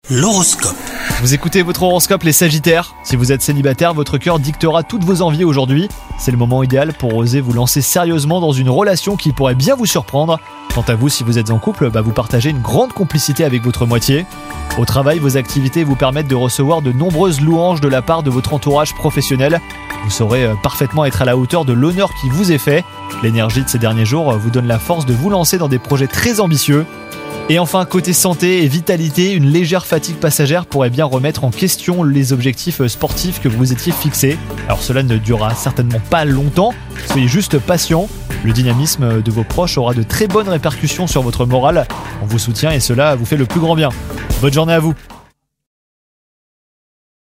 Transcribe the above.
L'horoscope. Vous écoutez votre horoscope les Sagittaires. Si vous êtes célibataire, votre cœur dictera toutes vos envies aujourd'hui. C'est le moment idéal pour oser vous lancer sérieusement dans une relation qui pourrait bien vous surprendre. Quant à vous, si vous êtes en couple, vous partagez une grande complicité avec votre moitié. Au travail, vos activités vous permettent de recevoir de nombreuses louanges de la part de votre entourage professionnel. Vous saurez parfaitement être à la hauteur de l'honneur qui vous est fait. L'énergie de ces derniers jours vous donne la force de vous lancer dans des projets très ambitieux. Et enfin, côté santé et vitalité, une légère fatigue passagère pourrait bien remettre en question les objectifs sportifs que vous vous étiez fixés. Alors cela ne durera certainement pas longtemps, soyez juste patient. Le dynamisme de vos proches aura de très bonnes répercussions sur votre morale. On vous soutient et cela vous fait le plus grand bien. Bonne journée à vous.